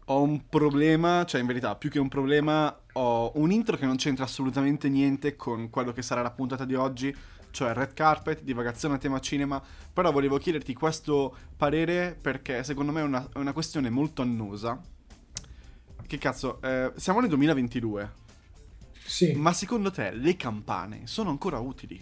Ho un problema, cioè in verità più che un problema ho un intro che non c'entra assolutamente niente con quello che sarà la puntata di oggi, cioè Red Carpet, divagazione a tema cinema, però volevo chiederti questo parere perché secondo me è una questione molto annosa. Che cazzo, siamo nel 2022, Sì, ma secondo te le campane sono ancora utili?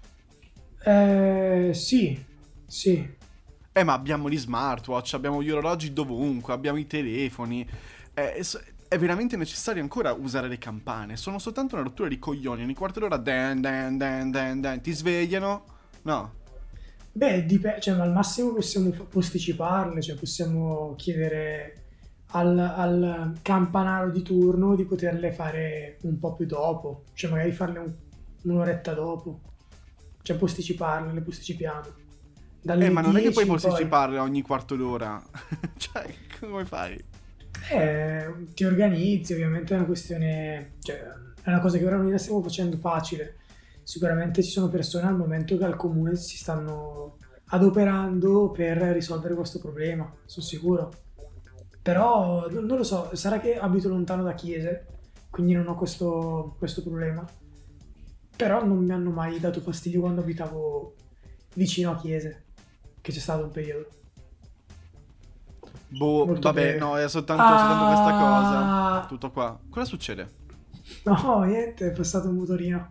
sì, sì. Ma abbiamo gli smartwatch, abbiamo gli orologi dovunque, abbiamo i telefoni. È veramente necessario ancora usare le campane? Sono soltanto una rottura di coglioni. Ogni quarto d'ora dan dan dan dan dan. Ti svegliano? No. Beh, cioè, al massimo possiamo posticiparle, cioè possiamo chiedere al campanaro di turno di poterle fare un po' più dopo, cioè magari farle un'oretta dopo, cioè posticiparle, le posticipiamo. Dalle Ma non è che puoi 10 in poi. posticiparle ogni quarto d'ora. Cioè, come fai? Ti organizzi, ovviamente è una questione, cioè è una cosa che ora noi la stiamo facendo facile. Sicuramente ci sono persone al momento che al comune si stanno adoperando per risolvere questo problema, sono sicuro. Però non lo so, sarà che abito lontano da chiese, quindi non ho questo problema. Però non mi hanno mai dato fastidio quando abitavo vicino a chiese, che c'è stato un periodo Boh, molto vabbè, breve. no, è soltanto questa cosa. Ah, Tutto qua. Cosa succede? no, niente, è passato un motorino.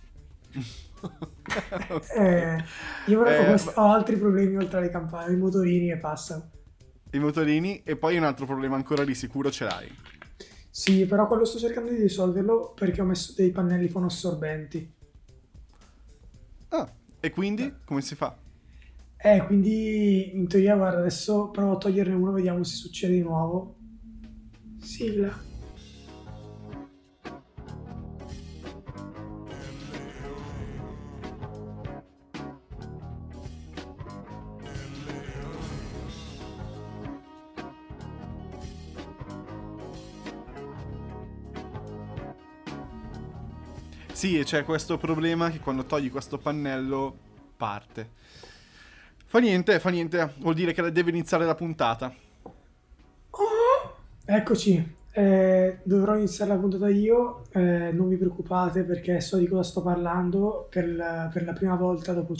Ok. Eh, io però ho, Ma- ho altri problemi oltre alle campane, i motorini che passano. I motorini e poi un altro problema ancora di sicuro ce l'hai. Sì, però quello sto cercando di risolverlo perché ho messo dei pannelli fonoassorbenti. Ah, e quindi come si fa? Quindi in teoria, guarda, adesso provo a toglierne uno, vediamo se succede di nuovo. Sigla. Sì, e c'è questo problema che quando togli questo pannello parte. Fa niente, vuol dire che deve iniziare la puntata. Eccoci, dovrò iniziare la puntata io, non vi preoccupate perché so di cosa sto parlando per la prima volta dopo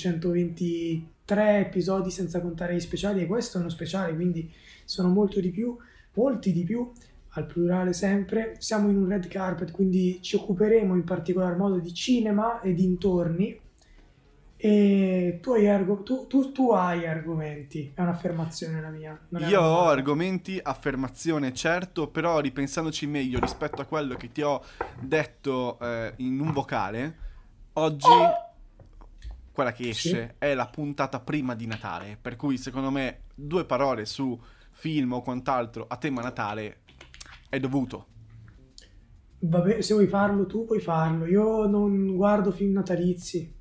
123 episodi senza contare gli speciali e questo è uno speciale, quindi sono molto di più, molti di più, al plurale sempre. Siamo in un red carpet, quindi ci occuperemo in particolar modo di cinema e dintorni e tu hai argomenti, è un'affermazione la mia, non è una Io ho domanda. argomenti, affermazione, certo, però ripensandoci meglio rispetto a quello che ti ho detto in un vocale, oggi quella che Sì? esce è la puntata prima di Natale, per cui secondo me due parole su film o quant'altro a tema Natale è dovuto. Vabbè, se vuoi farlo tu puoi farlo. Io non guardo film natalizi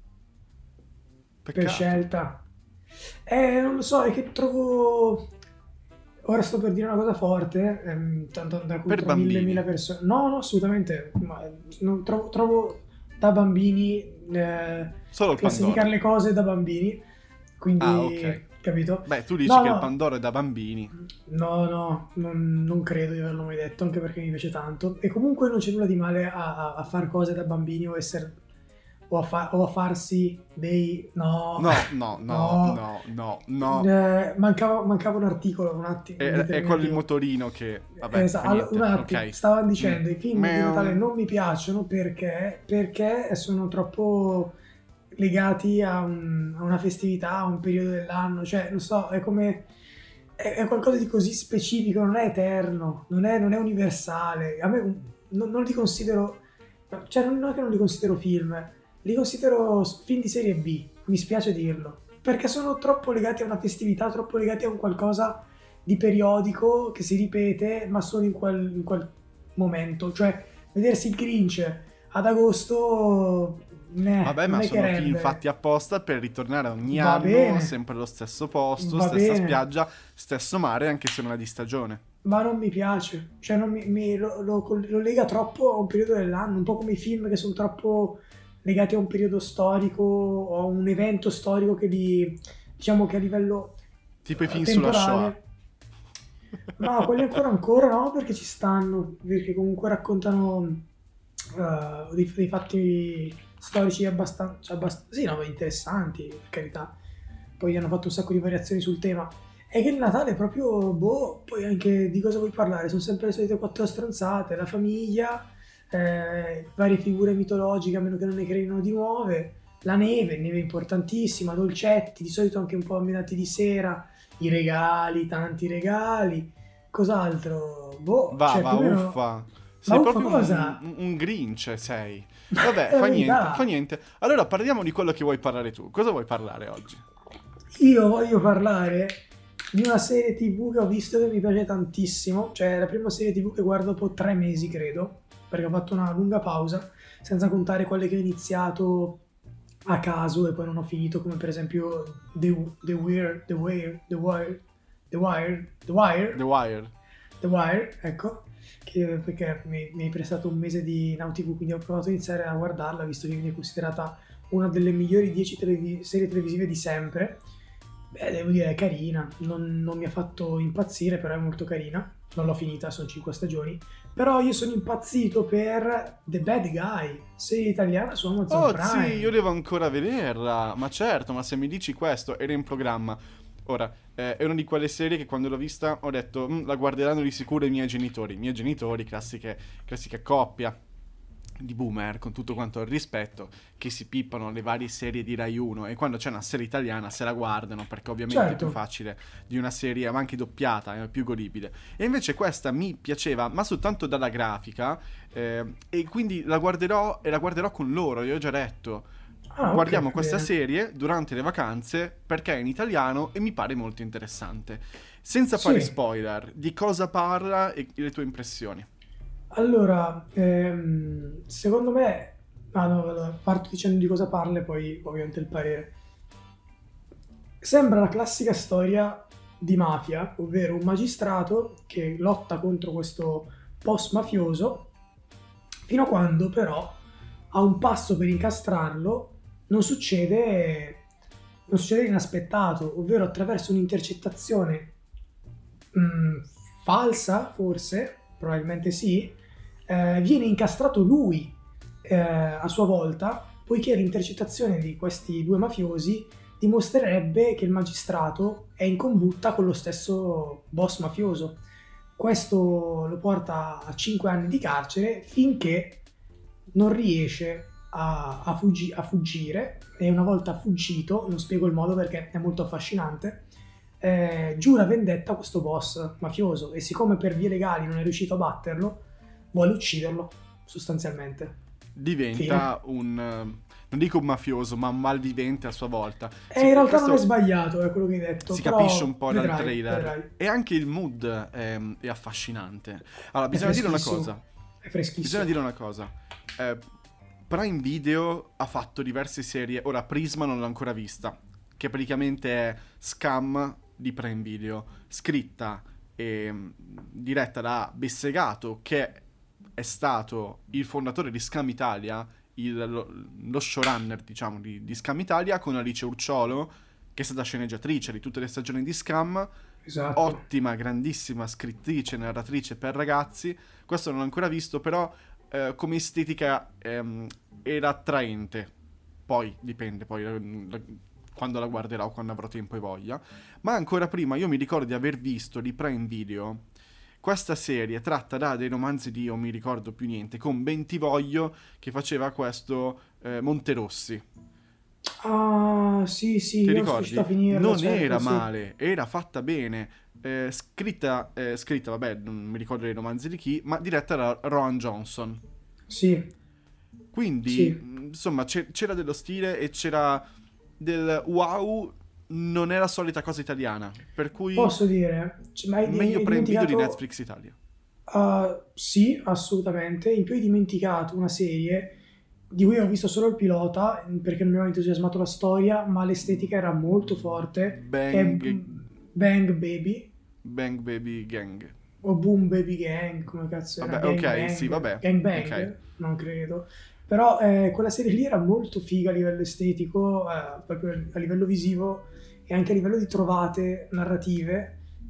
per Peccato. scelta. Non lo so, è che trovo. Ora sto per dire una cosa forte, tanto andrà Per contro mille bambini. persone. No, no, assolutamente. Ma trovo da bambini, Solo il classificare Pandoro. le cose da bambini. Ah, ok. Quindi, capito? Beh, tu dici No, che il no. Pandoro è da bambini. No, no, non credo di averlo mai detto, anche perché mi piace tanto. E comunque non c'è nulla di male a fare cose da bambini o essere o a farsi dei. No, No, no, no, no. no, no, no. Mancava un articolo, un attimo, un È quello il determinativo. motorino che... Vabbè, fa Un niente, attimo, ok. stavano Mm. dicendo i film di Natale Meow. non mi piacciono perché sono troppo legati a una festività, a un periodo dell'anno, cioè non so, è come è qualcosa di così specifico, non è eterno, non è universale. A me non li considero, cioè non è che non li considero film, li considero film di serie B, mi spiace dirlo, perché sono troppo legati a una festività, troppo legati a un qualcosa di periodico che si ripete, ma solo in quel momento. Cioè, vedersi il Grinch ad agosto, Vabbè, non ma è che sono film rende. fatti apposta per ritornare ogni Va anno, bene, sempre allo stesso posto, va stessa bene, spiaggia, stesso mare, anche se non è di stagione. ma non mi piace. Cioè, non lo lega troppo a un periodo dell'anno, un po' come i film che sono troppo legati a un periodo storico o a un evento storico diciamo che a livello Tipo i film sulla Shoah. temporale. Ma quelli ancora no, perché ci stanno, perché comunque raccontano dei fatti storici sì, no, interessanti, per carità. Poi hanno fatto un sacco di variazioni sul tema. E che il Natale è proprio, boh, poi anche di cosa vuoi parlare? Sono sempre le solite quattro stronzate, la famiglia, varie figure mitologiche, a meno che non ne creino di nuove, la neve importantissima, dolcetti, di solito anche un po' ambientati di sera, i regali, tanti regali. Cos'altro? Boh, Va, cioè va, più o meno... uffa. Ma Sei uffa proprio cosa? un Grinch, sei. Vabbè, È la fa niente, fa verità. niente. Allora parliamo di quello che vuoi parlare tu. Cosa vuoi parlare oggi? Io voglio parlare di una serie TV che ho visto che mi piace tantissimo. Cioè, è la prima serie TV che guardo dopo 3 mesi, credo, perché ho fatto una lunga pausa, senza contare quelle che ho iniziato a caso e poi non ho finito, come per esempio The Wire, The Wire, The Wire, The Wire, The The Wire, Wire. The Wire, ecco, perché mi hai prestato un mese di Now TV, quindi ho provato a iniziare a guardarla, visto che viene considerata una delle migliori 10 serie televisive di sempre. Beh, devo dire, è carina, non mi ha fatto impazzire, però è molto carina. Non l'ho finita, sono 5 stagioni. Però io sono impazzito per The Bad Guy, serie italiana su Amazon Oh, sì, io Prime. devo ancora vederla. Ma certo, ma se mi dici questo, era in programma. Ora, è una di quelle serie che quando l'ho vista ho detto, la guarderanno di sicuro i miei genitori. I miei genitori, classica coppia di boomer, con tutto quanto il rispetto, che si pippano le varie serie di Rai 1 e quando c'è una serie italiana se la guardano perché ovviamente è più Certo. facile di una serie, ma anche doppiata, è più godibile. E invece questa mi piaceva, ma soltanto dalla grafica, e quindi la guarderò e la guarderò con loro, io ho già detto. Ah, ok, Guardiamo questa bene. serie durante le vacanze perché è in italiano e mi pare molto interessante. Senza fare Sì. spoiler, di cosa parla e le tue impressioni. Allora, secondo me... Ah no, allora, parto dicendo di cosa parla e poi ovviamente il parere. Sembra la classica storia di mafia, ovvero un magistrato che lotta contro questo boss mafioso, fino a quando però a un passo per incastrarlo non succede, non succede l'inaspettato, ovvero attraverso un'intercettazione mh, falsa, forse, probabilmente sì, viene incastrato lui a sua volta, poiché l'intercettazione di questi due mafiosi dimostrerebbe che il magistrato è in combutta con lo stesso boss mafioso. Questo lo porta a 5 anni di carcere finché non riesce a fuggire e una volta fuggito, non spiego il modo perché è molto affascinante, giura vendetta a questo boss mafioso e siccome per vie legali non è riuscito a batterlo, vuole ucciderlo sostanzialmente. Fine. Diventa non dico un mafioso, ma un malvivente a sua volta. E in realtà non è Questo sbagliato, è quello che hai detto, si capisce però un po' dal vedrai, trailer. vedrai. E anche il mood è affascinante. Allora, È bisogna dire una freschissimo, cosa. è Bisogna freschissimo. dire una cosa. Eh, Prime Video ha fatto diverse serie. Ora, Prisma non l'ho ancora vista. Che praticamente è Scam di Prime Video. Scritta e diretta da Bessegato, che è stato il fondatore di Scam Italia, lo showrunner, diciamo, di Scam Italia, con Alice Urciolo, che è stata sceneggiatrice di tutte le stagioni di Scam. Esatto. Ottima, grandissima scrittrice, narratrice per ragazzi. Questo non l'ho ancora visto, però come estetica era attraente. Poi dipende, poi quando la guarderò, quando avrò tempo e voglia. Ma ancora prima, io mi ricordo di aver visto di Prime Video questa serie tratta da dei romanzi di, non mi ricordo più niente, con Bentivoglio che faceva questo Monterossi. Ah, sì, sì, Ti io sono riuscito ricordi? a finirla, Non certo, era sì. male, era fatta bene. Scritta, vabbè, non mi ricordo i romanzi di chi, ma diretta da Rowan Johnson. Sì, Quindi, sì. insomma, c'era dello stile e c'era del wow, non è la solita cosa italiana. Per cui, Posso dire, mi meglio hai Prime Video di dimenticato. Netflix Italia. Sì, assolutamente. In più hai dimenticato una serie di cui ho visto solo il pilota perché non mi aveva entusiasmato la storia, ma l'estetica era molto forte, che è Bang, Bang Baby Bang Baby Gang. o Boom Baby Gang, come cazzo era? Vabbè, Gang ok, sì, Bang, vabbè, Gang ok. Bang, non credo. Però quella serie lì era molto figa a livello estetico, proprio a livello visivo e anche a livello di trovate narrative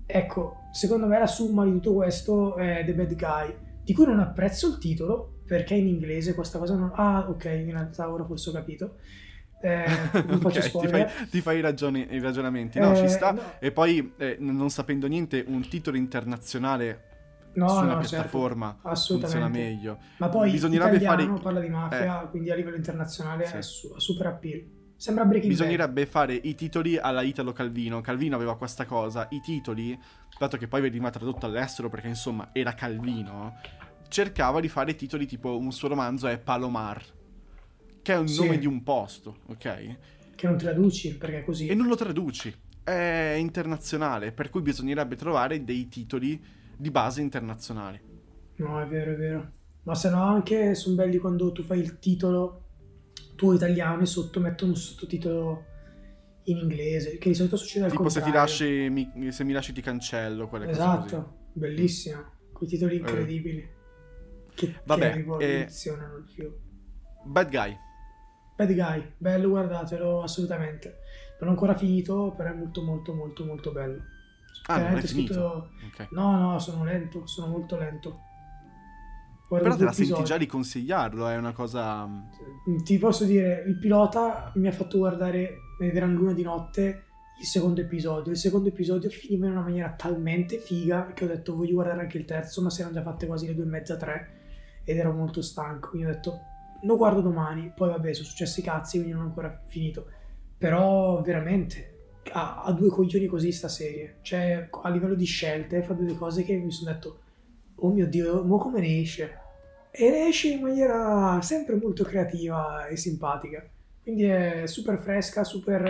Ecco, secondo me la somma di tutto questo è The Bad Guy, di cui non apprezzo il titolo, perché in inglese questa cosa non... Ah, ok, in realtà ora forse ho capito. Non faccio Ok, spoiler. ti fai i ragionamenti. No, ci sta. No, E poi, non sapendo niente, un titolo internazionale no, su una no, certo, piattaforma funziona assolutamente. meglio. Ma poi Bisognerebbe fare... italiano, parla di Eh, mafia, quindi a livello internazionale sì. ha super appeal. Sembra Breaking Bad. Bisognerebbe fare i titoli alla Italo Calvino. Calvino aveva questa cosa. I titoli, dato che poi veniva tradotto all'estero perché insomma era Calvino, cercava di fare titoli tipo un suo romanzo è Palomar, che è un nome di Sì, un posto, ok? che non traduci, perché è E così. non lo traduci. È internazionale, per cui bisognerebbe trovare dei titoli di base internazionale. No, è vero, è vero. Ma se no anche sono belli quando tu fai il titolo tuo italiano e sotto mettono un sottotitolo in inglese, che di solito succede al Tipo contrario. se mi lasci ti cancello, quelle cose così. Esatto, Mm. bellissimo. Quei titoli Eh, incredibili che Vabbè, rivoluzionano il film. Bad Guy. Bad Guy, bello, guardatelo assolutamente. Non ho ancora finito, però è molto molto molto molto bello. Ah, non l'hai Veramente finito? scritto... Ok. No, no, sono lento, sono molto lento. Guardo Però te due la senti già episodi. di consigliarlo, è una cosa... Ti posso dire, il pilota mi ha fatto guardare nel Gran Luna di notte il secondo episodio. Il secondo episodio finiva in una maniera talmente figa che ho detto voglio guardare anche il terzo, ma si erano già fatte quasi le 2:30, 3 ed ero molto stanco. Quindi ho detto lo guardo domani. Poi vabbè, sono successi i cazzi, quindi non ho ancora finito. Però veramente ha due coglioni così sta serie. Cioè, a livello di scelte, fa delle cose che mi sono detto oh mio Dio, mo come ne esce? E ne esce in maniera sempre molto creativa e simpatica. Quindi è super fresca, super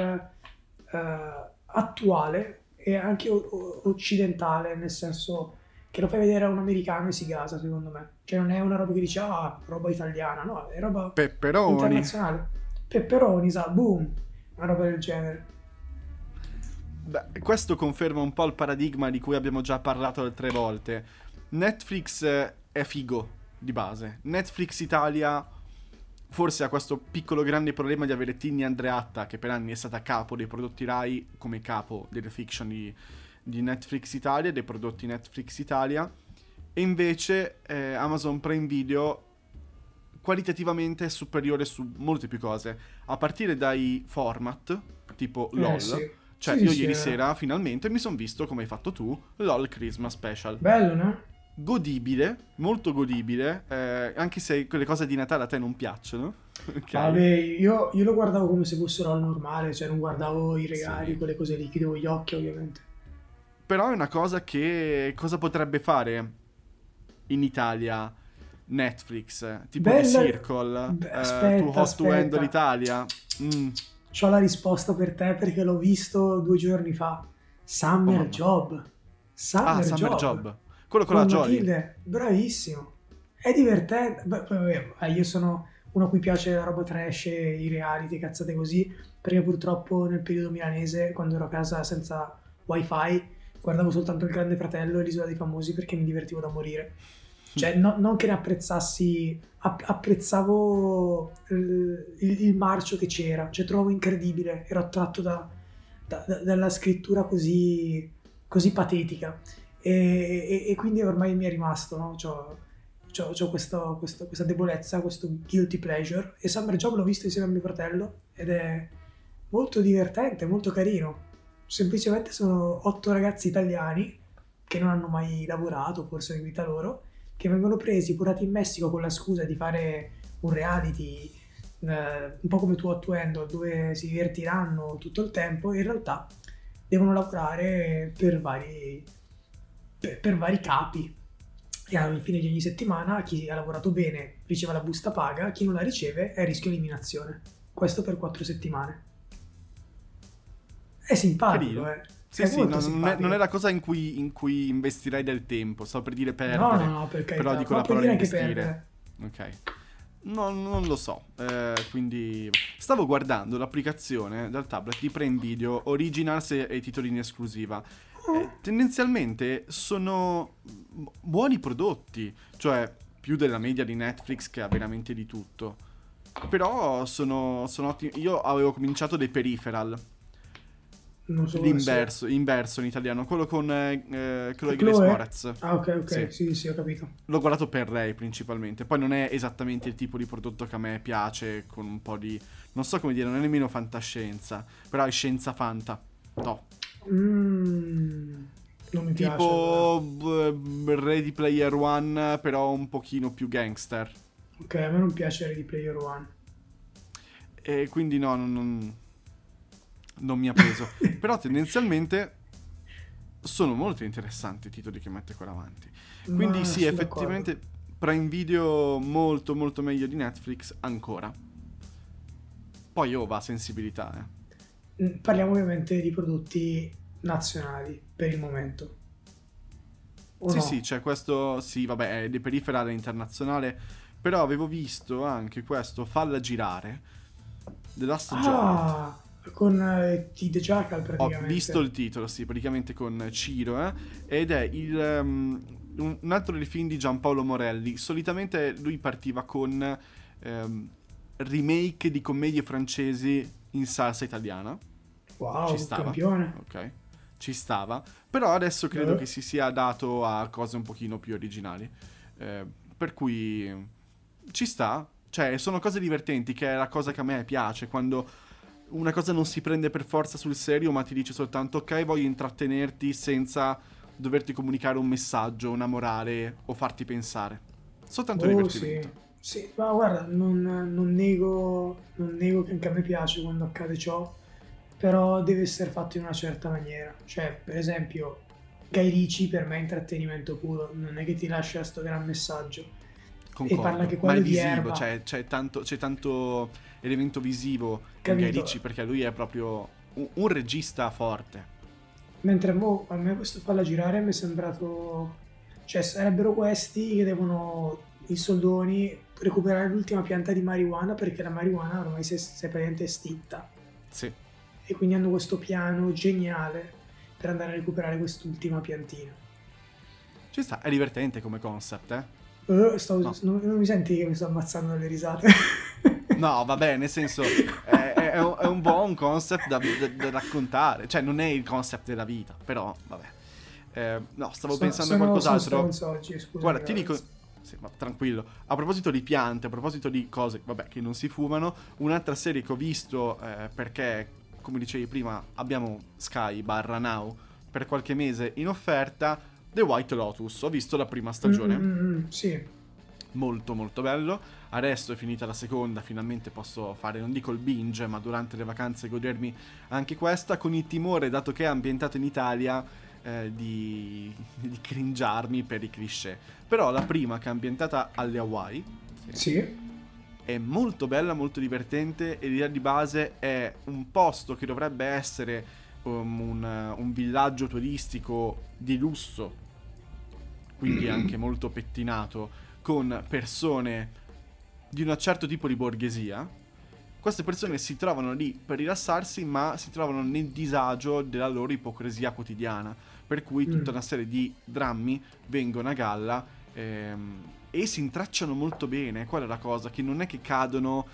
attuale e anche occidentale, nel senso che lo fai vedere a un americano e si gasa, secondo me. Cioè non è una roba che dice, ah, roba italiana, no, è roba Pepperoni. internazionale. Pepperoni, sa, boom, una roba del genere. Beh, questo conferma un po' il paradigma di cui abbiamo già parlato altre volte. Netflix è figo di base. Netflix Italia forse ha questo piccolo grande problema di avere Tini Andreatta, che per anni è stata capo dei prodotti Rai, come capo delle fiction di Netflix Italia, dei prodotti Netflix Italia. E invece Amazon Prime Video qualitativamente è superiore su molte più cose, a partire dai format, tipo LOL. Sì. Cioè, Sì, sì, io sì, ieri sera finalmente mi sono visto, come hai fatto tu, LOL Christmas Special. bello, no? Godibile, molto godibile, anche se quelle cose di Natale a te non piacciono, Vabbè, ok? io lo guardavo come se fossero al normale, cioè non guardavo i regali, Sì. quelle cose lì, chiudevo gli occhi ovviamente. Però è una cosa che... Cosa potrebbe fare in Italia Netflix? Tipo The Bella... Circle, Too Aspetta, Hot to Handle aspetta, l'Italia? c'ho la risposta per te perché l'ho visto 2 giorni fa. Oh Summer mamma. Job. Ah, Summer Summer Job. Job. Quello con la Con Jolie. Matilde, bravissimo. È divertente. Beh, poi vabbè, io sono uno a cui piace la roba trash, i reality, cazzate così, perché purtroppo nel periodo milanese, quando ero a casa senza wifi, guardavo soltanto il Grande Fratello e l'Isola dei Famosi perché mi divertivo da morire. Cioè, non che ne apprezzassi, apprezzavo il marcio che c'era, cioè trovavo incredibile, ero attratto dalla scrittura così patetica e quindi ormai mi è rimasto, no? C'ho questa debolezza, questo guilty pleasure e Summer Job l'ho visto insieme a mio fratello ed è molto divertente, molto carino. Semplicemente sono 8 ragazzi italiani che non hanno mai lavorato, forse in vita loro, che vengono presi, portati in Messico con la scusa di fare un reality un po' come Too Hot to Handle, dove si divertiranno tutto il tempo e in realtà devono lavorare per vari capi e alla fine di ogni settimana chi ha lavorato bene riceve la busta paga, chi non la riceve è a rischio eliminazione. Questo per 4 settimane. È simpatico, Carino. Sì, è sì, molto non è simpatico. la cosa in cui investirei del tempo. Sto per dire No, no, perdere. no, per Però carità, dico ma la puoi parola dire anche investire. perdere. Ok. No, non lo so. Quindi stavo guardando l'applicazione dal tablet di Prime Video, Originals e titoli in esclusiva. Tendenzialmente sono buoni prodotti, cioè più della media di Netflix che ha veramente di tutto. Però sono ottimi. Io avevo cominciato dei Peripheral. Non so adesso. Inverso in italiano, quello con Chloe Grace Chloe? Moretz. Ah, ok, Sì. sì, sì, ho capito. L'ho guardato per lei principalmente. Poi non è esattamente il tipo di prodotto che a me piace, con un po' di... non so come dire, non è nemmeno fantascienza, però è scienza fanta. No. Mm, non mi piace allora. Tipo Ready Player One, però un pochino più gangster. Ok, a me non piace Ready Player One. E quindi no, non mi ha preso. Però tendenzialmente sono molto interessanti i titoli che mette qua davanti. Quindi Ma sì, sono d'accordo. effettivamente Prime Video molto molto meglio di Netflix ancora. Poi va sensibilità, Parliamo ovviamente di prodotti nazionali per il momento, o Sì, sì, no? c'è questo, sì, vabbè, è di periferale internazionale, però avevo visto anche questo Falla girare, The Last Giant. Ah, con T. The Jackal Ho visto praticamente. il titolo, sì, praticamente con Ciro, ed è un altro dei film di Giampaolo Morelli. Solitamente lui partiva con remake di commedie francesi in salsa italiana. Ci Wow, stava, campione. ok? Ci stava. Però adesso credo Eh, che si sia dato a cose un pochino più originali. Per cui ci sta. Cioè, sono cose divertenti, che è la cosa che a me piace, quando una cosa non si prende per forza sul serio, ma ti dice soltanto ok, voglio intrattenerti senza doverti comunicare un messaggio, una morale o farti pensare. Soltanto Oh sì, divertimento. sì, ma guarda, non nego che anche a me piace quando accade ciò, però deve essere fatto in una certa maniera. Cioè, per esempio, Guy Ritchie per me è intrattenimento puro, non è che ti lascia sto gran messaggio. E parla Concordo, anche ma è quello di visivo, Erba, cioè c'è tanto elemento visivo in Guy capito? Ritchie perché lui è proprio un regista forte. Mentre a me questo Falla girare mi è sembrato... Cioè, sarebbero questi che devono, i soldoni, recuperare l'ultima pianta di marijuana perché la marijuana ormai si è praticamente estinta. Sì, E quindi hanno questo piano geniale per andare a recuperare quest'ultima piantina. ci sta, è divertente come concept, No, Non mi senti che mi sto ammazzando dalle risate? no, vabbè, nel senso, è un buon concept da raccontare. Cioè, non è il concept della vita, però, vabbè. No, stavo pensando a Sono qualcos'altro. stronzo oggi, scusami Guarda, ti dico... Lorenzo. Sì, ma tranquillo. A proposito di piante, a proposito di cose, vabbè, che non si fumano, un'altra serie che ho visto, perché, come dicevi prima, abbiamo Sky barra Now per qualche mese in offerta, The White Lotus. Ho visto la prima stagione, Sì. molto molto bello. Adesso è finita la seconda, finalmente posso fare, non dico il binge, ma durante le vacanze godermi anche questa, con il timore, dato che è ambientato in Italia, di cringiarmi per i cliché. Però la prima, che è ambientata alle Hawaii, sì, Sì. è molto bella, molto divertente, e l'idea di base è un posto che dovrebbe essere un villaggio turistico di lusso, quindi anche molto pettinato, con persone di un certo tipo di borghesia. Queste persone si trovano lì per rilassarsi, ma si trovano nel disagio della loro ipocrisia quotidiana, per cui tutta una serie di drammi vengono a galla, e si intracciano molto bene. Quella è la cosa, che non è che cadono.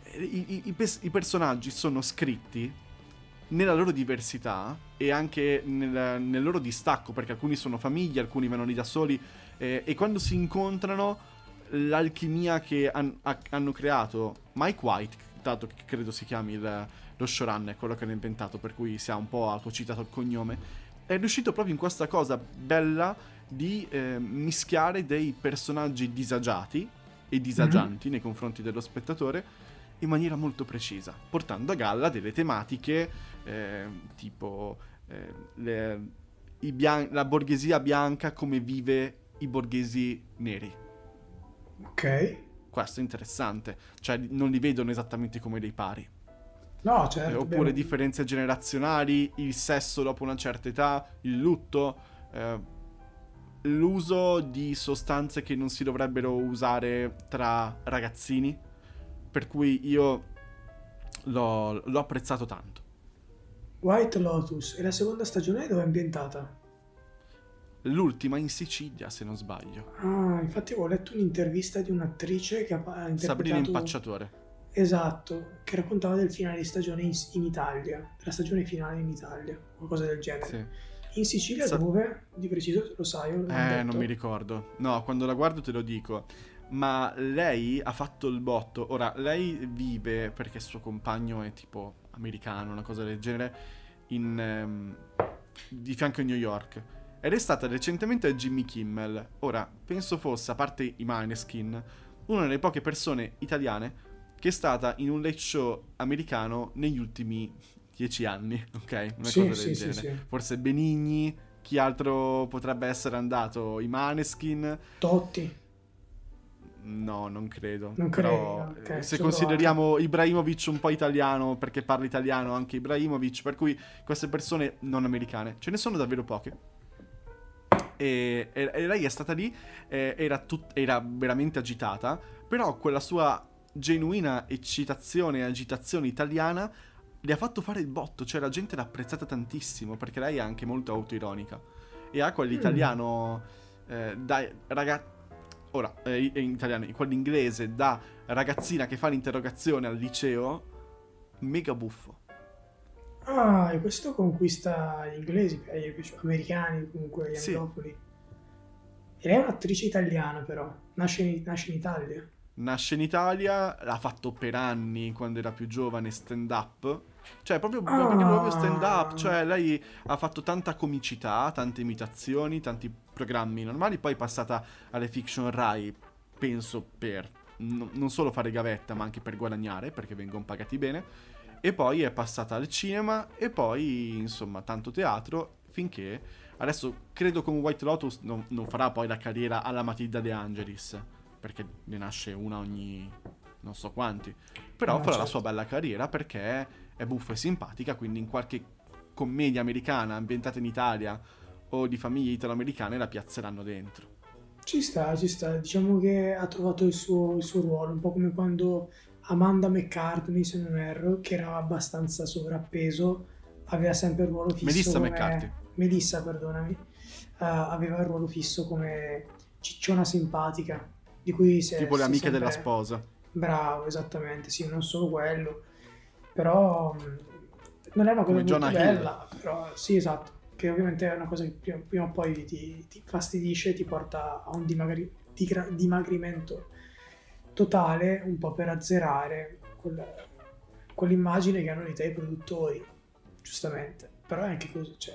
I personaggi sono scritti nella loro diversità e anche nel loro distacco, perché alcuni sono famiglie, alcuni vanno lì da soli, e quando si incontrano, l'alchimia che hanno creato Mike White, dato che credo si chiami lo showrunner, quello che l'ha inventato, per cui si ha un po' autocitato il cognome, è riuscito proprio in questa cosa bella di mischiare dei personaggi disagiati e disagianti nei confronti dello spettatore in maniera molto precisa, portando a galla delle tematiche tipo la borghesia bianca come vive i borghesi neri. Ok. Questo è interessante, cioè non li vedono esattamente come dei pari. No, certo, Oppure abbiamo... differenze generazionali, il sesso dopo una certa età, il lutto, l'uso di sostanze che non si dovrebbero usare tra ragazzini, per cui io l'ho apprezzato tanto. White Lotus. E la seconda stagione dove è ambientata? L'ultima in Sicilia, se non sbaglio. Ah, infatti avevo letto un'intervista di un'attrice che ha Sabrina interpretato... Impacciatore. esatto, che raccontava del finale di stagione in Italia, la stagione finale in Italia, qualcosa del Sì. genere. In Sicilia Sa- dove? Di preciso, lo sai, l'hanno non mi detto? ricordo. No, quando la guardo te lo dico. Ma lei ha fatto il botto. Ora, lei vive perché il suo compagno è tipo americano, una cosa del genere, di fianco a New York. Ed è stata recentemente a Jimmy Kimmel. Ora, penso fosse, a parte i Maneskin, una delle poche persone italiane che è stata in un late show americano negli ultimi 10 anni, ok? Una Sì, cosa del sì, sì, genere. sì. Forse Benigni, chi altro potrebbe essere andato? I Maneskin? Totti, No, non credo. non credi? Però Ok, se ci ho provato. consideriamo Ibrahimovic un po' italiano, perché parla italiano anche Ibrahimovic, per cui queste persone non americane, ce ne sono davvero poche. E lei è stata lì, era veramente agitata, però quella sua genuina eccitazione e agitazione italiana le ha fatto fare il botto, cioè la gente l'ha apprezzata tantissimo, perché lei è anche molto autoironica. E ha Mm. quell'italiano da ora, in italiano, quell'inglese da ragazzina che fa l'interrogazione al liceo, mega buffo. Ah, e questo conquista gli inglesi, americani comunque, gli Sì, anglofoni. E lei è un'attrice italiana però, nasce in Italia. nasce in Italia, l'ha fatto per anni quando era più giovane stand up. Cioè, proprio stand up. Ah, Cioè, lei ha fatto tanta comicità, tante imitazioni, tanti programmi normali. Poi è passata alle fiction Rai, penso per non solo fare gavetta, ma anche per guadagnare, perché vengono pagati bene. E poi è passata al cinema e poi, insomma, tanto teatro, finché adesso credo con White Lotus non farà poi la carriera alla Matilda De Angelis, perché ne nasce una ogni non so quanti. Però no, farà la sua certo. bella carriera perché è buffa e simpatica, quindi in qualche commedia americana ambientata in Italia o di famiglie italo-americane la piazzeranno dentro. Ci sta, ci sta. Diciamo che ha trovato il suo ruolo, un po' come quando Amanda McCartney, se non erro, che era abbastanza sovrappeso, aveva sempre il ruolo fisso Melissa McCarthy, come... Melissa, perdonami, aveva il ruolo fisso come cicciona simpatica, di cui si è, tipo le si è amiche della sempre sposa, bravo, esattamente, sì, non solo quello, però non è una cosa come molto Jonah Hill. bella, però sì, esatto, che ovviamente è una cosa che prima o poi ti fastidisce, ti porta a un dimagrimento totale, un po' per azzerare quell'immagine che hanno di te i produttori, giustamente, però è anche così, cioè,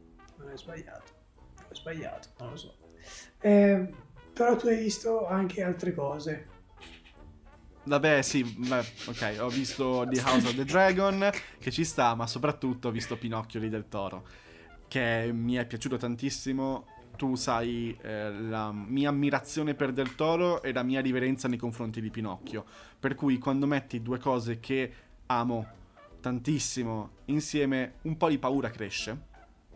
non è sbagliato, non lo so. Eh, Però tu hai visto anche altre cose. Vabbè, sì, beh, ok, ho visto The House of the Dragon, che ci sta, ma soprattutto ho visto Pinocchio lì del Toro, che mi è piaciuto tantissimo. Tu sai la mia ammirazione per Del Toro e la mia riverenza nei confronti di Pinocchio. Per cui quando metti due cose che amo tantissimo insieme, un po' di paura cresce.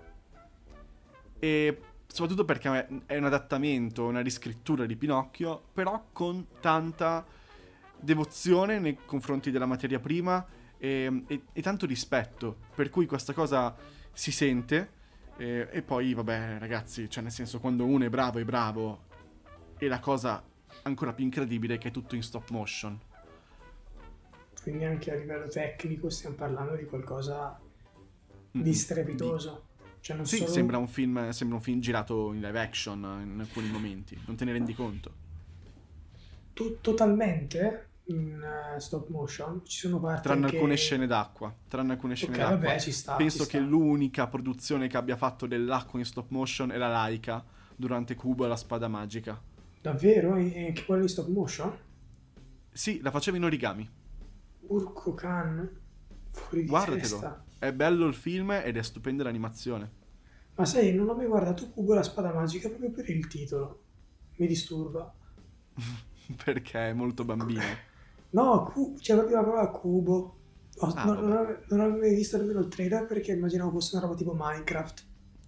E soprattutto perché è un adattamento, una riscrittura di Pinocchio, però con tanta devozione nei confronti della materia prima e tanto rispetto. Per cui questa cosa si sente. E poi, vabbè, ragazzi, cioè nel senso, quando uno è bravo, e la cosa ancora più incredibile è che è tutto in stop motion. Quindi anche a livello tecnico stiamo parlando di qualcosa di Mm-mm. Di... strepitoso. Cioè non Sì, solo sembra un film girato in live action in alcuni momenti, non te ne rendi conto. totalmente in stop motion, ci sono parti Tranne alcune anche... scene d'acqua. Tranne alcune scene Ok, d'acqua. vabbè, ci sta, ci Penso che sta. l'unica produzione che abbia fatto dell'acqua in stop motion è la Laika durante Kubo e la spada magica. Davvero? E anche quello in stop motion? Sì, la faceva in origami. Urco Khan, fuori di Guardatelo. testa. È bello il film ed è stupenda l'animazione. Ma sai, non ho mai guardato Cubo la spada magica proprio per il titolo. Mi disturba. Perché è molto bambino. No, c'è proprio la parola cubo. Ah, Non vabbè. avevo mai visto nemmeno il trailer perché immaginavo fosse una roba tipo Minecraft.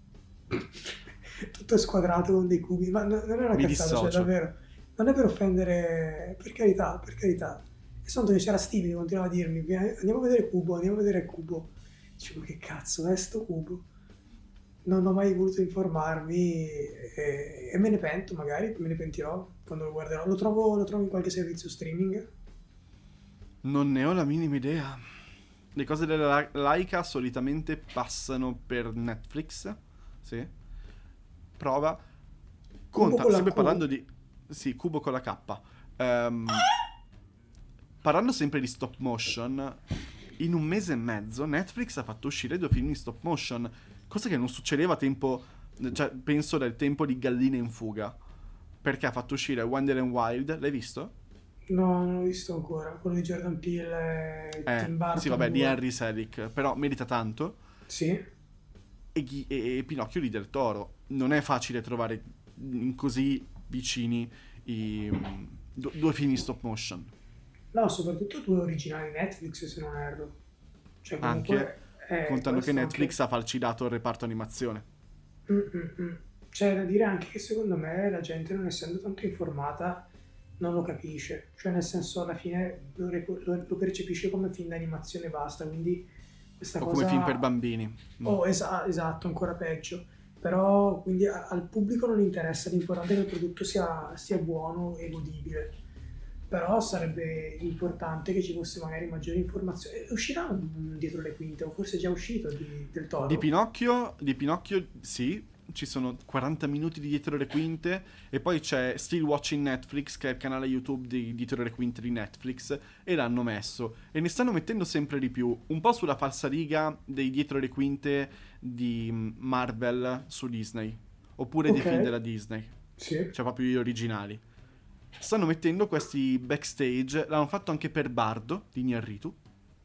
Tutto squadrato con dei cubi, ma non è una Mi cazzata, cioè dissocio. davvero. Non è per offendere, per carità, per carità. E soltanto che c'era Stevie che continuava a dirmi, andiamo a vedere Cubo, andiamo a vedere Cubo. Dicevo, che cazzo è sto Cubo? Non ho mai voluto informarmi e me ne pento magari, me ne pentirò quando lo guarderò. Lo trovo in qualche servizio streaming. Non ne ho la minima idea. Le cose della Laika solitamente passano per Netflix. Sì. Prova. Cubo Conta, con la sempre Q. parlando di... Sì, Cubo con la K. Parlando sempre di stop motion, in un mese e mezzo Netflix ha fatto uscire 2 film in stop motion, cosa che non succedeva a tempo, cioè penso del tempo di Galline in fuga, perché ha fatto uscire Wonder and Wild, l'hai visto? No, non l'ho visto ancora. Quello di Jordan Peele e Tim Sì, Burton vabbè, di 2. Henry Selick, però merita tanto. Sì? E Pinocchio di Del Toro. Non è facile trovare così vicini i 2 film in stop motion. No, soprattutto due originali Netflix, se non erro. Cioè, Anche comunque, contando che questo anche. Netflix ha falcidato il reparto animazione. Mm, mm, mm. C'è da dire anche che secondo me la gente, non essendo tanto informata, non lo capisce. Cioè, nel senso, alla fine lo percepisce come film d'animazione e basta. Quindi questa O come film per cosa. bambini. Mm. Oh, esatto, ancora peggio. Però, quindi al pubblico non interessa, l'importante è che il prodotto sia buono e godibile. Però sarebbe importante che ci fosse magari maggiore informazione. Uscirà dietro le quinte, o forse è già uscito del Toro? Di Pinocchio sì, ci sono 40 minuti di dietro le quinte e poi c'è Still Watching Netflix, che è il canale YouTube di dietro le quinte di Netflix, e l'hanno messo. E ne stanno mettendo sempre di più, un po' sulla falsariga dei dietro le quinte di Marvel su Disney, oppure dei Ok, film della Disney, sì. cioè proprio gli originali. Stanno mettendo questi backstage, l'hanno fatto anche per Bardo di Iñárritu,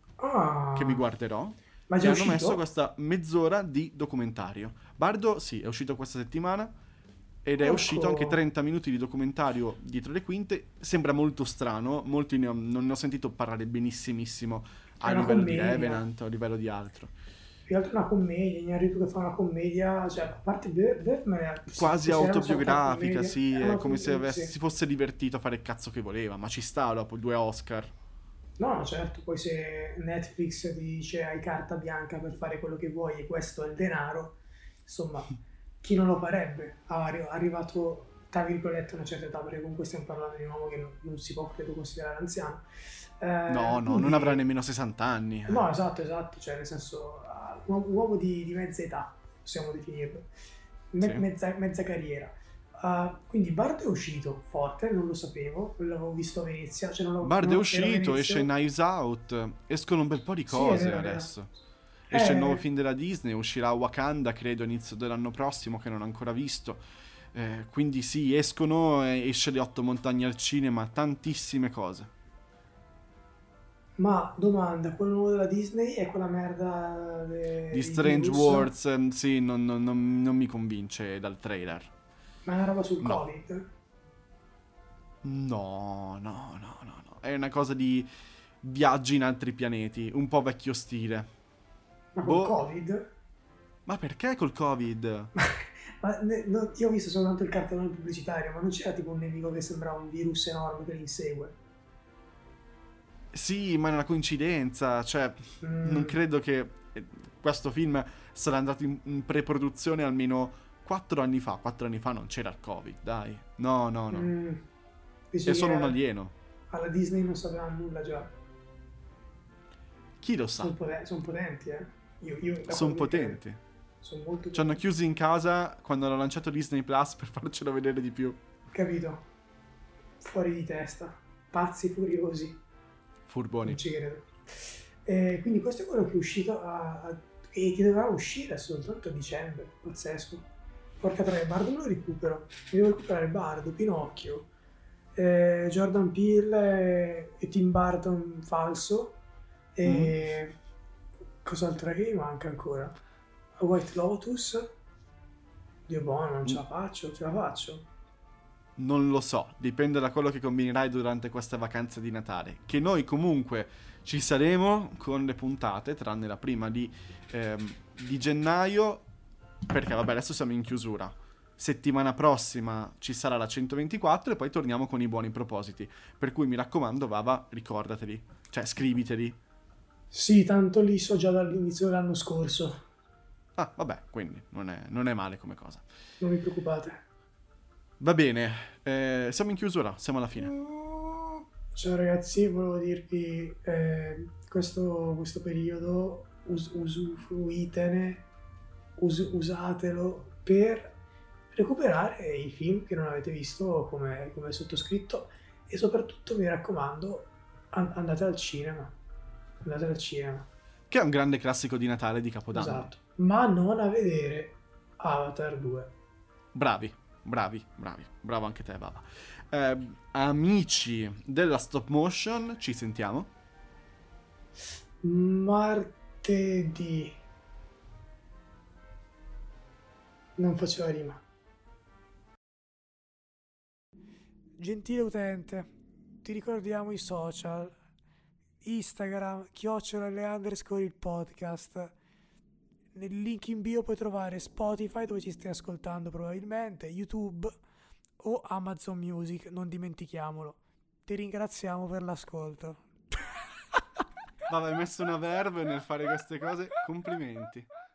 che mi Ah, guarderò, ma è e già hanno messo uscito? questa mezz'ora di documentario. Bardo, sì, è uscito questa settimana ed è uscito anche Porco. 30 minuti di documentario dietro le quinte. Sembra molto strano, non ne ho sentito parlare benissimissimo È a una livello di commedia. Revenant o a livello di altro. Più che altro una commedia, Iñárritu che fa una commedia, cioè, a parte Birdman, si Quasi considera una sorta di autobiografica, commedia. sì, È è come se sì. si fosse divertito a fare il cazzo che voleva, ma ci sta dopo 2 Oscar. No, no, certo, poi se Netflix ti dice hai carta bianca per fare quello che vuoi e questo è il denaro, insomma, chi non lo farebbe? Arrivato, tra virgolette, a una certa età, perché comunque stiamo parlando di un uomo che non si può, credo, considerare anziano. No, no, non avrà Quindi, nemmeno 60 anni. no, esatto, cioè nel senso, un uomo di mezza età, possiamo definirlo, Sì. mezza carriera. Quindi Bard è uscito forte, non lo sapevo, l'avevo visto a Venezia, cioè Bard è ero a uscito, esce Venezia. Knives Out, escono un bel po' di Sì, è cose vero, è vero. adesso. Esce il nuovo Eh, film della Disney, uscirà Wakanda, credo, inizio dell'anno prossimo, che non ho ancora visto. Quindi sì, escono, esce Le Otto Montagne al cinema, tantissime cose. ma domanda, quello nuovo della Disney è quella merda Di dei Strange virus? Worlds, sì, non mi convince dal trailer. Ma è una roba sul No. Covid? No. È una cosa di viaggi in altri pianeti, un po' vecchio stile. Ma col Boh, Covid? ma perché col Covid? Io ho visto soltanto il cartellone pubblicitario, ma non c'era tipo un nemico che sembrava un virus enorme che li insegue? Sì, ma è una coincidenza, cioè, non Mm, credo che questo film sarà andato in pre-produzione almeno 4 anni fa. 4 anni fa non c'era il Covid, dai. No. mm. È Dici solo un che alieno. alla Disney non sapevano nulla già. Chi lo sa? Son potenti, eh. Io da Sono quello che credo, potenti. sono molto Ci hanno potenti. chiusi in casa quando hanno lanciato Disney Plus per farcelo vedere di più. Capito? Fuori di testa. Pazzi furiosi. Furboni. Non ci credo. Quindi questo è quello che è uscito e che dovrà uscire soltanto a dicembre. Pazzesco. Porca troia, Bardo me lo recupero. Mi devo recuperare Bardo, Pinocchio, Jordan Peele e Tim Burton falso. Mm? E cos'altro è che mi manca ancora? A White Lotus. Dio buono, non ce la faccio, ce la faccio. Non lo so, dipende da quello che combinerai durante questa vacanza di Natale. Che noi comunque ci saremo con le puntate, tranne la prima di gennaio, perché vabbè adesso siamo in chiusura. Settimana prossima ci sarà la 124 e poi torniamo con i buoni propositi. Per cui mi raccomando, Vava, ricordateli, cioè scriviteli. Sì, tanto lì so già dall'inizio dell'anno scorso. Ah, vabbè, quindi non è male come cosa. Non vi preoccupate. Va bene, siamo in chiusura, siamo alla fine. Ciao ragazzi, volevo dirvi questo periodo usufruitene, usatelo per recuperare i film che non avete visto come sottoscritto e soprattutto mi raccomando andate al cinema, andate al cinema, Che è un grande classico di Natale e di Capodanno. esatto, ma non a vedere Avatar 2. Bravi, bravi, bravi. Bravo anche te, Baba. Amici della stop motion, ci sentiamo. Martedì. Non faceva rima. Gentile utente, ti ricordiamo i social, Instagram, @Leandrescore il podcast. Nel link in bio puoi trovare Spotify, dove ci stai ascoltando probabilmente, YouTube o Amazon Music, non dimentichiamolo. Ti ringraziamo per l'ascolto. Baba, hai messo una verve nel fare queste cose. Complimenti.